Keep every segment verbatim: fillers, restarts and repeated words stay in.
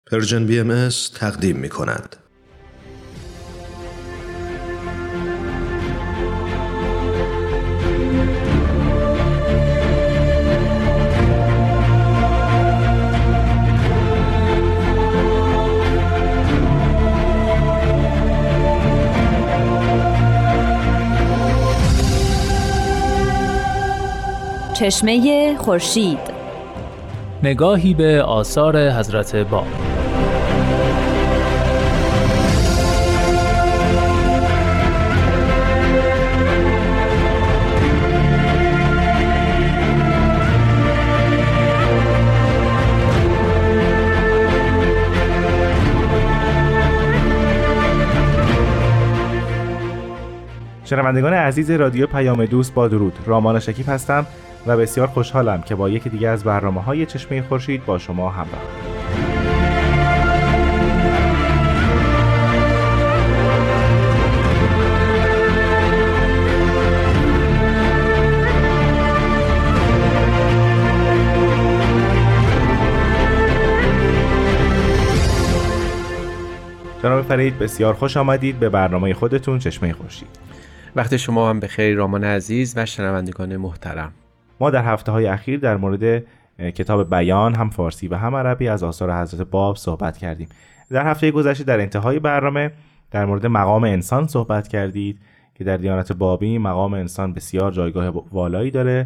پرژن بی ام اس تقدیم می کند. چشمه خورشید، نگاهی به آثار حضرت باب. شنوندگان عزیز رادیو پیام دوست، با درود. رامان شکیب هستم و بسیار خوشحالم که با یکی دیگه از برنامه‌های چشمه خورشید با شما همراه. جناب فرید، بسیار خوش آمدید به برنامه خودتون چشمه خورشید. وقت شما هم بخیر رامان عزیز و شنوندگان محترم. ما در هفته‌های اخیر در مورد کتاب بیان، هم فارسی و هم عربی، از آثار حضرت باب صحبت کردیم. در هفته گذشته در انتهای برنامه در مورد مقام انسان صحبت کردید که در دیانت بابی مقام انسان بسیار جایگاه والایی داره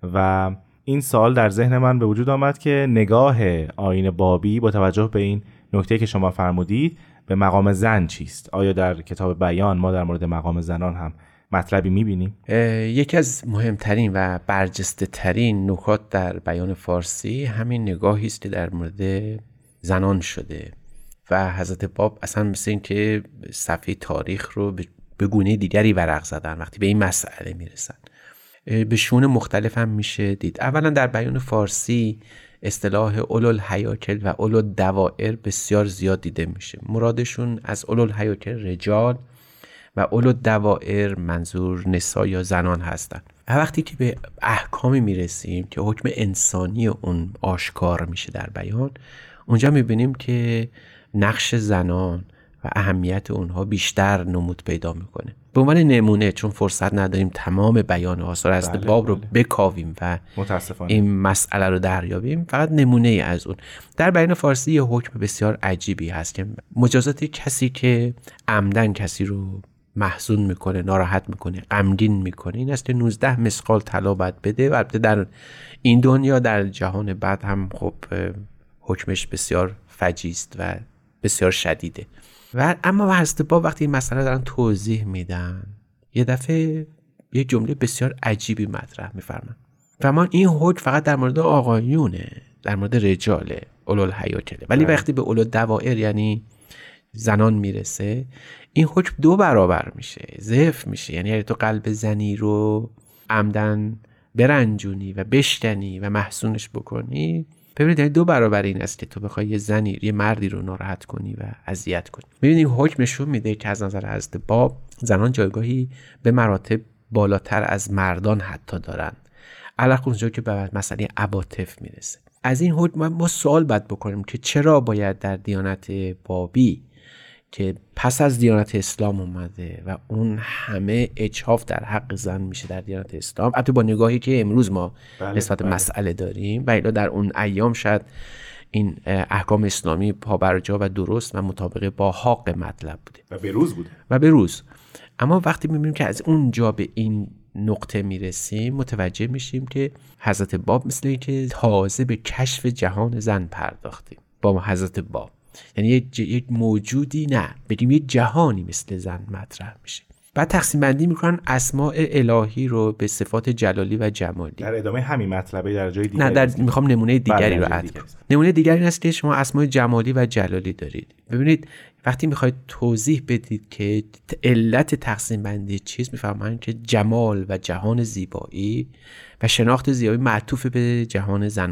و این سوال در ذهن من به وجود آمد که نگاه آیین بابی با توجه به این نکته که شما فرمودید به مقام زن چیست؟ آیا در کتاب بیان ما در مورد مقام زنان هم مطلبی می‌بینیم؟ یکی از مهمترین و برجسته ترین نکات در بیان فارسی همین نگاهی است که در مورد زنان شده و حضرت باب اصلا مثل این که صفحه تاریخ رو به گونه دیگری ورق زدن وقتی به این مسئله میرسن. به شون مختلف هم میشه دید. اولا در بیان فارسی اصطلاح اولوالحیاکل و اولوالدوائر بسیار زیاد دیده میشه. مرادشون از اولوالحیاکل رجال و اولوالدوائر منظور نساء یا زنان هستند. وقتی که به احکامی میرسیم که حکم انسانی اون آشکار میشه در بیان، اونجا میبینیم که نقش زنان و اهمیت اونها بیشتر نمود پیدا میکنه. به عنوان نمونه، چون فرصت نداریم تمام بیان آثار حضرت بله باب رو بله. بکاویم و متاسفانه این مسئله رو دریابیم، فقط نمونه ای از اون. در بیان فارسی یه حکم بسیار عجیبی هست که مجازات کسی که عمدن کسی رو محزون میکنه، ناراحت میکنه، غمگین میکنه، این است که نوزده مثقال طلا باید بده. و البته در این دنیا، در جهان بعد هم خب حکمش بسیار فجیع است و بسیار شدیده. و اما حضرت باب وقتی این مسئله دارن توضیح میدن، یه دفعه یه جمله بسیار عجیبی مطرح میفرمن. فرمان این حکم فقط در مورد آقایونه، در مورد رجاله، اولوالحیاکله، ولی وقتی به اولوالدوائر یعنی زنان میرسه، این حکم دو برابر میشه، ضعف میشه. یعنی اگه تو قلب زنی رو عمدن برنجونی و بشکنی و محزونش بکنی، ببینید یعنی دو برابر این است که تو بخوای یه زنی، یه مردی رو ناراحت کنی و اذیت کنی. ببینید حکم نشون میده که از نظر حضرت باب زنان جایگاهی به مراتب بالاتر از مردان حتی دارن، علاوه اونجا که به مسئله عواطف میرسه. از این حکم ما سوال باید بکنیم که چرا باید در دیانت بابی که پس از دیانت اسلام اومده و اون همه اجحاف در حق زن میشه در دیانت اسلام، البته با نگاهی که امروز ما بله، نسبت بله. مسئله داریم، و الا در اون ایام شاید این احکام اسلامی پابرجا و درست و مطابق با حق مطلب بوده و به روز بوده و به روز. اما وقتی میبینیم که از اونجا به این نقطه میرسیم، متوجه میشیم که حضرت باب مثل این که تازه به کشف جهان زن پرداختیم با حضرت باب. یعنی یک ج... موجودی نه، بگیم یک جهانی مثل زن مطرح میشه. بعد تقسیم بندی میکنن اسماء الهی رو به صفات جلالی و جمالی. در ادامه همین مطلبه در جای دیگری نه، در میخوام نمونه دیگری رو عرض کنم. نمونه دیگری این است که شما اسماء جمالی و جلالی دارید. ببینید وقتی میخواید توضیح بدید که علت تقسیم بندی چیز، میفهمن که جمال و جهان زیبایی و شناخت زیبایی معطوف به جهان زنانه.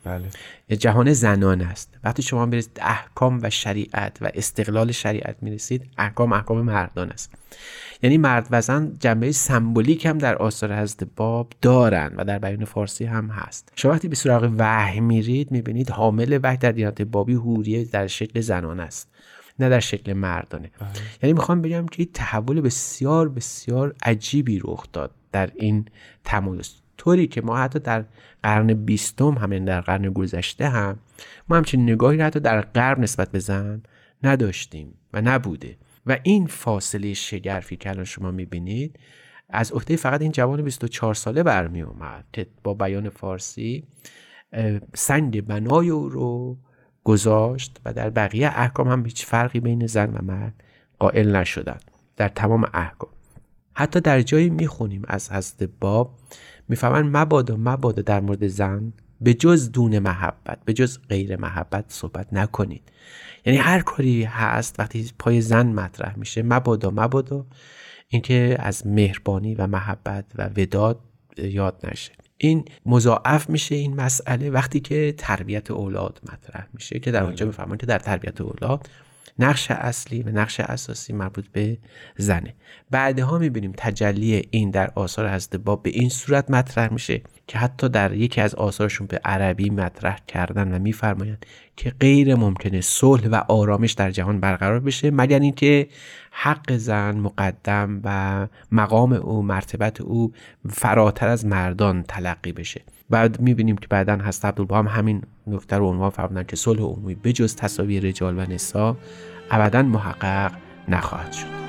بله. جهان زنان است. وقتی شما برید احکام و شریعت و استقلال شریعت میرسید، احکام احکام مردان است. یعنی مرد و زن جنبه سمبولیک هم در آثار حضرت باب دارن و در بیان فارسی هم هست. شما وقتی به سراغ وحی میرید میبینید حامل وحی در دیانت بابی حوریه در شکل زنان است، نه در شکل مردانه. بله. یعنی میخوام بگم که تحول بسیار بسیار عجیبی رخ داد در این تمایز، طوری که ما حتی در قرن بیستم همین در قرن گذشته هم ما همچین نگاهی حتی در غرب نسبت به زن نداشتیم و نبوده. و این فاصله شگرفی که الان شما میبینید از عهده فقط این جوان بیست و چهار ساله برمی اومد که با بیان فارسی سنگ بنای او رو گذاشت و در بقیه احکام هم هیچ فرقی بین زن و مرد قائل نشدن در تمام احکام. حتی در جایی میخونیم از حضرت باب میفهمن مبادا مبادا در مورد زن به جز دون محبت، به جز غیر محبت صحبت نکنید. یعنی هر کاری هست وقتی پای زن مطرح میشه مبادا مبادا اینکه از مهربانی و محبت و وداد یاد نشه. این مضاعف میشه این مسئله وقتی که تربیت اولاد مطرح میشه که در اونجا میفهمن که در تربیت اولاد نقش اصلی و نقش اساسی مربوط به زنه. بعدها میبینیم تجلی این در آثار حضرت باب به این صورت مطرح میشه که حتی در یکی از آثارشون به عربی مطرح کردن و میفرمایند که غیر ممکنه صلح و آرامش در جهان برقرار بشه مگر اینکه حق زن مقدم و مقام او، مرتبت او فراتر از مردان تلقی بشه. بعد میبینیم که بعداً حضرت عبدالبها هم همین نکته رو عنوان فرمودن که صلح عمومی بجز تساوی رجال و نساء ابداً محقق نخواهد شد.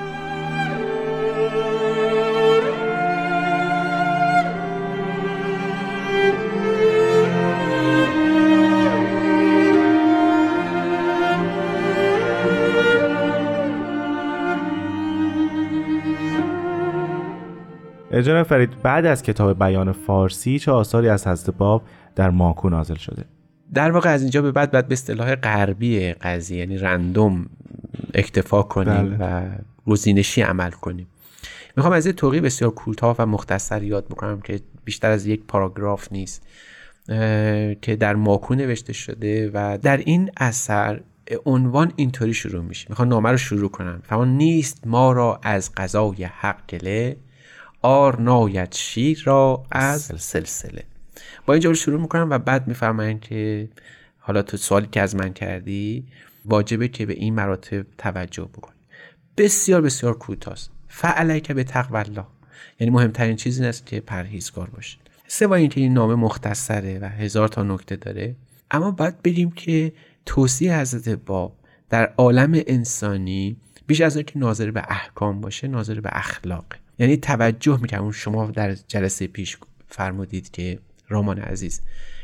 جناب فرید، بعد از کتاب بیان فارسی چه آثاری از حضرت باب در ماکو نازل شده؟ در واقع از اینجا به بعد بعد به اصطلاح غربی قضیه یعنی رندوم اکتفا کنیم بله. و گزینشی عمل کنیم. میخوام از یه توقیع بسیار کوتاه و مختصر یاد بکنم که بیشتر از یک پاراگراف نیست که در ماکو نوشته شده و در این اثر عنوان اینطوری شروع میشه. میخوام نامه رو شروع کنم. فرمان نیست ما را از قضای حق گله، آر ناید شیر را از سلسله. با اینجا رو شروع میکنم و بعد میفرمایند که حالا تو سوالی که از من کردی واجبه که به این مراتب توجه بکنی. بسیار بسیار کوتاست. فعلیک به تقوی الله، یعنی مهمترین چیزی نیست که پرهیزگار باشید. سوای اینکه این نامه مختصره و هزار تا نکته داره، اما باید بگیم که توصیه حضرت باب در عالم انسانی بیش از اینکه ناظر به احکام باشه ناظر به اخلاقه. یعنی توجه میکنم شما در جلسه پیش فرمودید که رامان عزیز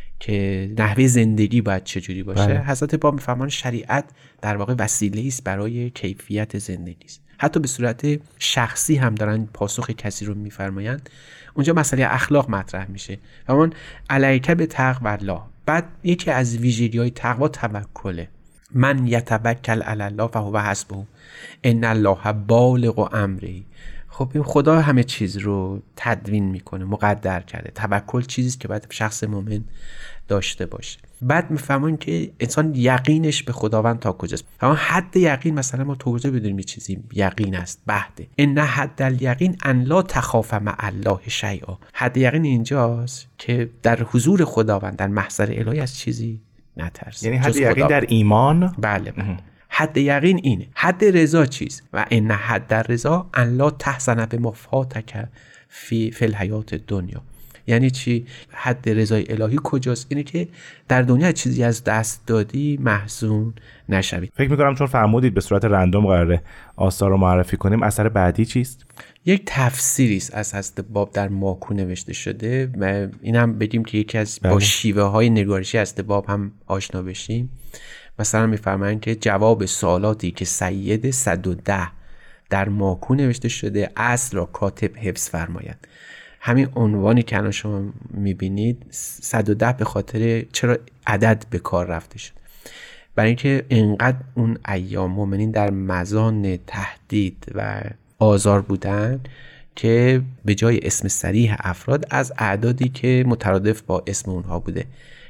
که نحوه زندگی باید چجوری باشه. بله. حضرت باب میفرمان شریعت در واقع وسیله است برای کیفیت زندگی است. حتی به صورت شخصی هم دارن پاسخ کسی رو میفرمایند. اونجا مسئله اخلاق مطرح میشه. فرمان علیک به تقوی الله. بعد یکی از ویژگی‌های تقوا توکله. من یتوکل علی الله فهو حسبه ان الله بالغ امره. خب این خدا همه چیز رو تدوین میکنه، مقدر کرده. توکل چیزیست که باید شخص مؤمن داشته باشه. بعد میفهمون که انسان یقینش به خداوند تا کجاست. اما حد یقین مثلا ما تو کجا بدونیم چیزی یقین است؟ بحده ان حد الیقین ان لا تخاف مع الله شیئا. حد یقین اینجاست که در حضور خداوند در محضر الهی از چیزی نترس. یعنی حد یقین در ایمان. بله بله. حد یقین اینه. حد رضا چیست؟ و ان حد رضا ان لا تحزن بما فاتک فی فی الحیات دنیا. یعنی چی؟ حد رضای الهی کجاست؟ اینه که در دنیا چیزی از دست دادی محزون نشوید. فکر می‌کنم چون فرمودید به صورت رندوم قراره آثار رو معرفی کنیم، اثر بعدی چیست؟ یک تفسیری است از حضرت باب در ماکو نوشته شده و اینم بگیم که یکی از با شیوه‌های نگارشی حضرت باب هم آشنا بشیم. مثلا میفرمایند که جواب سوالاتی که سید صد و ده در ماکو نوشته شده اصل را کاتب حفظ فرماید. همین عنوانی که الان شما میبینید صد و ده به خاطر چرا عدد به کار رفته شد؟ برای اینکه انقدر اون ایام مؤمنین در مزان تهدید و آزار بودن که به جای اسم صریح افراد از اعدادی که مترادف با اسم اونها بوده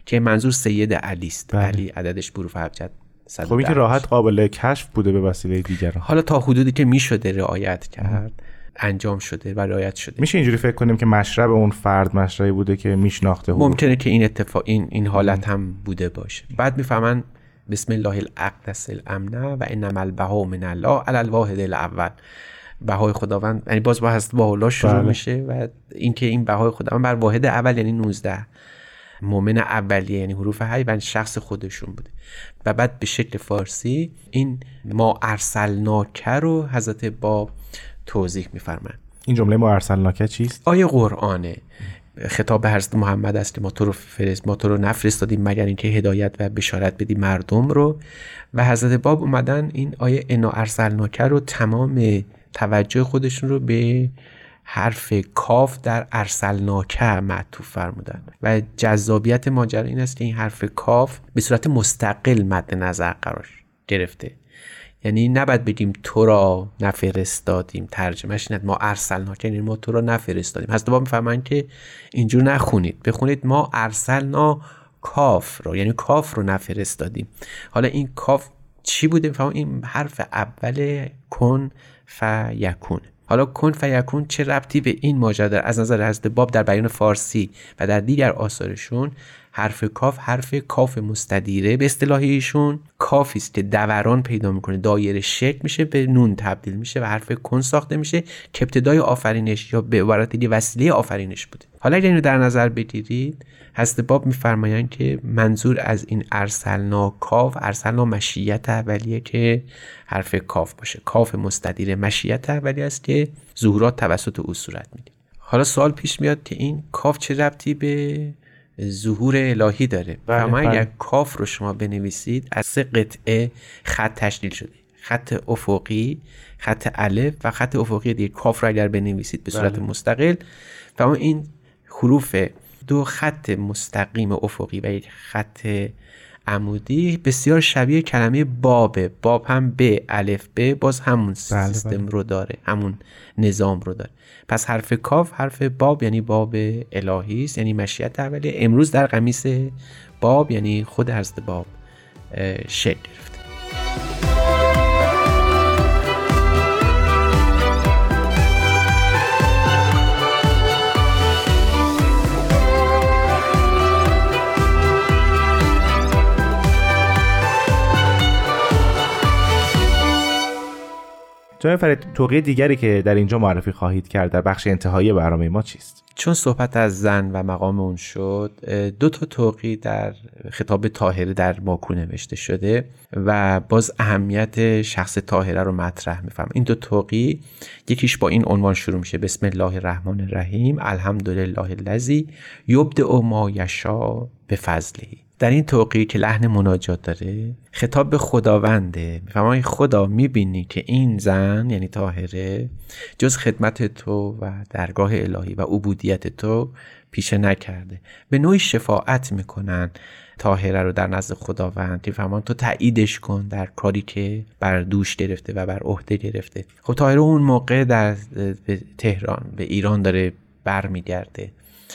که منظور سید علی است. بله. علی عددش حروف ابجد. خب این که راحت قابل کشف بوده به وسیله دیگران. حالا تا حدودی که میشده رعایت کرد انجام شده و رعایت شده. میشه اینجوری فکر کنیم که مشرب اون فرد مشربی بوده که میشناخته. ممکنه که این اتفاق این این حالت هم بوده باشه. بعد میفهمن بسم الله الاقدس الامن و انما البهاء من الله علی الواحد الاول. بهای خداوند یعنی باز با هست با الله شروع بله. میشه و اینکه این بهای خداوند بر واحد اول یعنی نوزده مؤمن اولیه یعنی حروف هی و شخص خودشون بوده. و بعد به شکل فارسی این ما ارسلناک رو حضرت باب توضیح میفرمایند. این جمله ما ارسلناک چیست؟ آیه قرآنه، خطاب به حضرت محمد است که ما تو رو فرست ما تو رو نفرستادیم مگر اینکه هدایت و بشارت بدی مردم رو. و حضرت باب اومدن این آیه انا ارسلناک رو تمام توجه خودشون رو به حرف کاف در ارسلناک معطوف فرمودن و جذابیت ماجرا این است که این حرف کاف به صورت مستقل مد نظر قرار گرفته. یعنی نباید بگیم تو را نفرستادیم، ترجمهش اینه ما ارسلناک یعنی ما تو را نفرستادیم. حضرت باب میفرمایند که اینجور نخونید، بخونید ما ارسلنا کاف رو یعنی کاف رو نفرستادیم. حالا این کاف چی بوده؟ میفهمم این حرف اول کن فیکون. حالا کن فیکون چه ربطی به این ماجرا داره؟ از نظر حضرت باب در بیان فارسی و در دیگر آثارشون حرف کاف حرف کاف مستدیره به اصطلاح ایشون کافی است که دوران پیدا میکنه، دایره شکل میشه، به نون تبدیل میشه و حرف کن ساخته میشه که ابتدای آفرینش یا به عبارت دیگه وسیله آفرینش بوده. حالا اگر اینو در نظر بگیرید حضرت باب میفرمایند که منظور از این ارسلنا کاف ارسلنا مشیت اولیه که حرف کاف باشه، کاف مستدیره مشیت اولیه است که ظهورات توسط او صورت میگیره. حالا سوال پیش میاد که این کاف چه ربطی به ظهور الهی داره؟ فرما اگر کاف رو شما بنویسید از سه قطعه خط تشکیل شده، خط افقی، خط الف و خط افقی دیگه. کاف رو اگر بنویسید به صورت بله. مستقل فرما این حروف دو خط مستقیم افقی و یک خط عمودی بسیار شبیه کلمه بابه. باب هم ب الف ب باز همون بله سیستم بله. رو داره، همون نظام رو داره. پس حرف کاف حرف باب یعنی باب الهی است، یعنی مشیت اولیه. امروز در قمیص باب یعنی خود حضرت باب شکل گرفته. جناب فرید، توقیه دیگری که در اینجا معرفی خواهید کرد در بخش انتهایی برنامه ما چیست؟ چون صحبت از زن و مقام اون شد، دو تا توقیه در خطاب طاهره در ماکو نوشته شده و باز اهمیت شخص طاهره رو مطرح می‌فهم. این دو توقیه یکیش با این عنوان شروع میشه: بسم الله الرحمن الرحیم الحمدلله الذی یبدأ ما یشاء بفضله. در این توقیه که لحن مناجات داره خطاب به خداونده. میفهمای خدا میبینی که این زن یعنی طاهره جز خدمت تو و درگاه الهی و عبودیت تو پیشه نکرده. به نوعی شفاعت میکنن طاهره رو در نزد خداوند که فهمان تو تاییدش کن در کاری که بر دوش گرفته و بر عهده گرفته. خب طاهره اون موقع در به تهران به ایران داره برمیگرده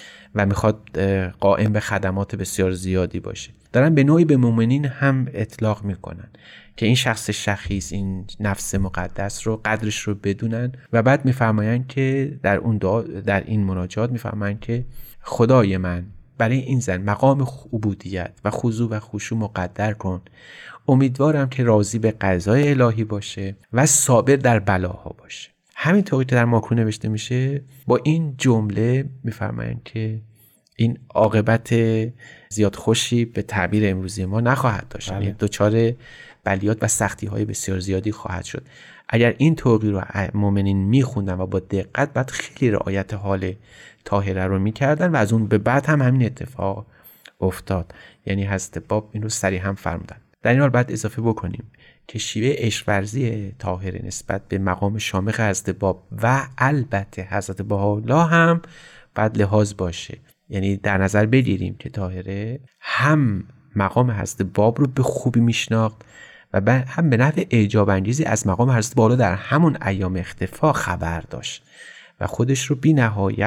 و میخواد قائم به خدمات بسیار زیادی باشه. دارن به نوعی به مؤمنین هم اطلاق میکنن که این شخص شخیص، این نفس مقدس رو قدرش رو بدونن و بعد میفرمایند که در اون دعا در این مناجات میفرمایند که خدای من برای این زن مقام عبودیت و خضوع و خشوع مقدر کن. امیدوارم که راضی به قضای الهی باشه و صابر در بلاها باشه. همین طوری که در ماکو نوشته میشه با این جمله میفرمایند که این عاقبت زیاد خوشی به تعبیر امروزی ما نخواهد داشت. یعنی دوچار بلیات و سختی های بسیار زیادی خواهد شد. اگر این توقیه رو مؤمنین میخوندن و با دقت بعد خیلی رعایت حال طاهره رو میکردن و از اون به بعد هم همین اتفاق افتاد. یعنی حضرت باب این رو صریحا فرمودن. در این حال بعد اضافه بکنیم که شیوه عشق‌ورزی طاهره نسبت به مقام شامخ حضرت باب و البته حضرت بهاءالله هم باید لحاظ باشه. یعنی در نظر بگیریم که طاهره هم مقام حضرت باب رو به خوبی میشناخت و هم به نحو اعجاب انگیزی از مقام حضرت بهاءالله در همون ایام اختفا خبر داشت و خودش رو بی نهایت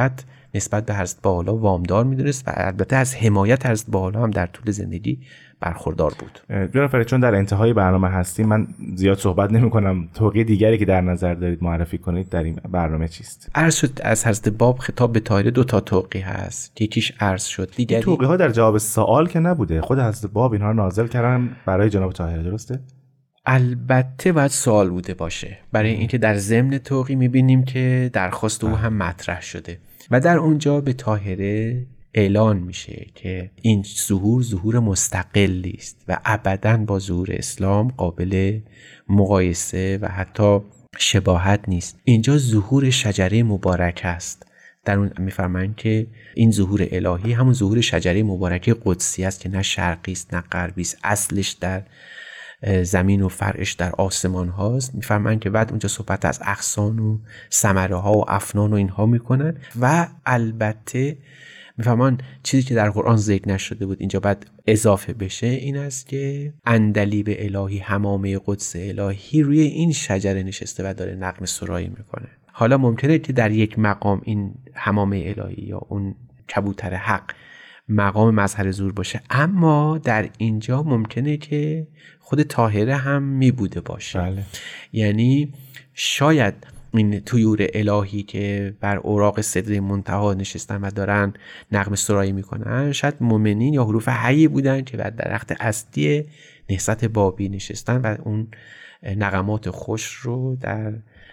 نسبت به حضرت بهاءالله وامدار میدونست و البته از حمایت حضرت بهاءالله هم در طول زندگی برخوردار بود. جناب فرید، چون در انتهای برنامه هستیم من زیاد صحبت نمی کنم، توقیه دیگری که در نظر دارید معرفی کنید در این برنامه چیست؟ عرض شد از حضرت باب خطاب به طاهره دو تا توقیه هست، یکیش عرض شد، دیگری توقیه ها در جواب سوال که نبوده، خود حضرت باب اینها رو نازل کردن برای جناب طاهره، درسته؟ البته باید سوال بوده باشه، برای اینکه در ضمن توقیه میبینیم که درخواست او هم مطرح شده و در اونجا به طاهره اعلان میشه که این ظهور ظهور مستقلی است و ابداً با ظهور اسلام قابل مقایسه و حتی شباهت نیست. اینجا ظهور شجره مبارک است. در اون میفرمایند که این ظهور الهی همون ظهور شجره مبارکه قدسی است که نه شرقی است نه غربی است، اصلش در زمین و فرعش در آسمان هاست. میفرمایند که بعد اونجا صحبت از اغصان و ثمره ها و افنان و اینها میکنن و البته میفهمان چیزی که در قرآن ذکر نشده بود اینجا بعد اضافه بشه این است که عندلیب الهی، حمامه قدس الهی روی این شجره نشسته و داره نغمه سرایی میکنه. حالا ممکنه که در یک مقام این حمامه الهی یا اون کبوتر حق مقام مظهر ظهور باشه، اما در اینجا ممکنه که خود طاهره هم میبوده باشه. بله. یعنی شاید این طیور الهی که بر اوراق سدره منتهی نشستن و دارن نغمه سرایی میکنن شاید مؤمنین یا حروف حی بودن که بر درخت اصلی نهضت بابی نشستن و اون نغمات خوش رو در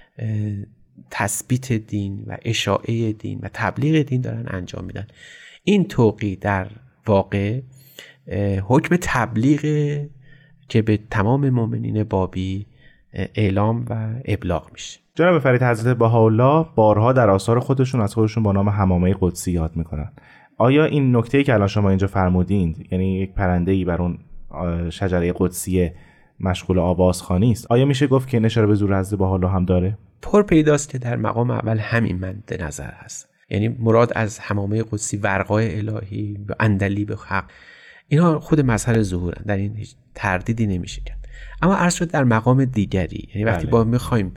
تثبیت دین و اشاعه دین و تبلیغ دین دارن انجام میدن. این توقی در واقع حکم تبلیغ که به تمام مؤمنین بابی اعلام و ابلاغ میشه. جناب فرید، حضرت بهاءالله بارها در آثار خودشون از خودشون با نام حمامه قدسی یاد میکنن. آیا این نکته‌ای که الان شما اینجا فرمودین، یعنی یک پرنده‌ای بر اون شجره قدسی مشغول آوازخوانی است، آیا میشه گفت که این اشاره به ظهور حضرت بهاءالله هم داره؟ پر پیداست که در مقام اول همین مد نظر هست، یعنی مراد از حمامه قدسی ورقای الهی و عندلیب حق، اینا خود مظهر ظهورن، در این هیچ تردیدی نمیشه کرد. اما عرض شد در مقام دیگری، یعنی وقتی بله. با میخوایم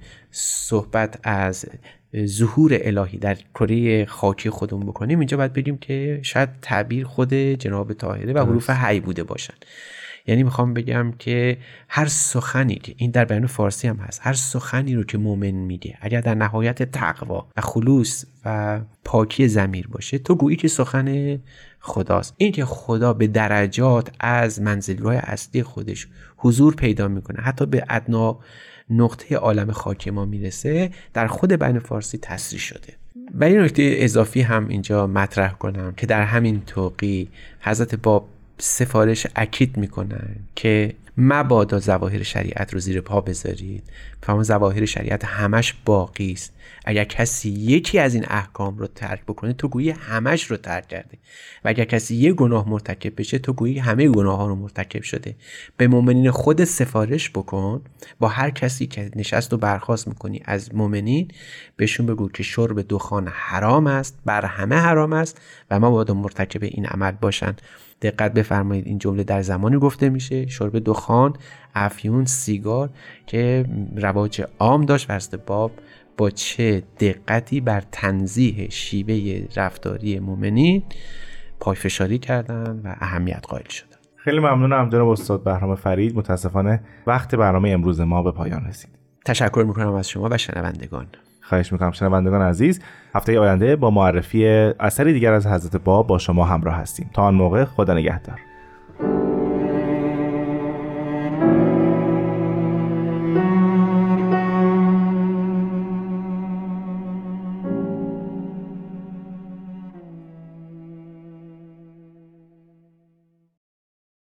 صحبت از ظهور الهی در کره خاکی خودمون بکنیم، اینجا باید بگیم که شاید تعبیر خود جناب طاهره و حروف حی بوده باشن. یعنی میخوام بگم که هر سخنی که این در بیان فارسی هم هست، هر سخنی رو که مؤمن میگه اگر در نهایت تقوا و خلوص و پاکی ضمیر باشه، تو گویی که سخن خداست. این که خدا به درجات از منزل‌های اصلی خودش حضور پیدا میکنه، حتی به ادنا نقطه عالم خاکی ما میرسه، در خود بیان فارسی تصریح شده. و این نکته اضافی هم اینجا مطرح کنم که در همین توقی حضرت باب سفارش اکید میکنن که مبادا ظواهر شریعت رو زیر پا بذارید. فهم ظواهر شریعت همش باقی است. اگر کسی یکی از این احکام رو ترک بکنه، تو گویی همش رو ترک کرده، و اگر کسی یک گناه مرتکب بشه، تو گویی همه گناهان رو مرتکب شده. به مؤمنین خود سفارش بکن، با هر کسی که نشست و برخاست میکنی از مؤمنین، بهشون بگو که شرب دخان حرام است، بر همه حرام است و ما باید مرتکب این عمل باشن. دقت بفرمایید، این جمله در زمانی گفته میشه شرب دخان، افیون، سیگار که رواج عام داشت و حضرت باب با چه دقتی بر تنزیه شیوه رفتاری مؤمنین پایفشاری کردن و اهمیت قائل شدن. خیلی ممنونم جناب استاد بهرام فرید. متاسفانه وقت برنامه امروز ما به پایان رسید. تشکر میکنم از شما و شنوندگان. خواهش میکنم. شنوندگان عزیز، هفته آینده با معرفی اثری دیگر از حضرت باب با شما همراه هستیم. تا آن موقع خدا نگهدار.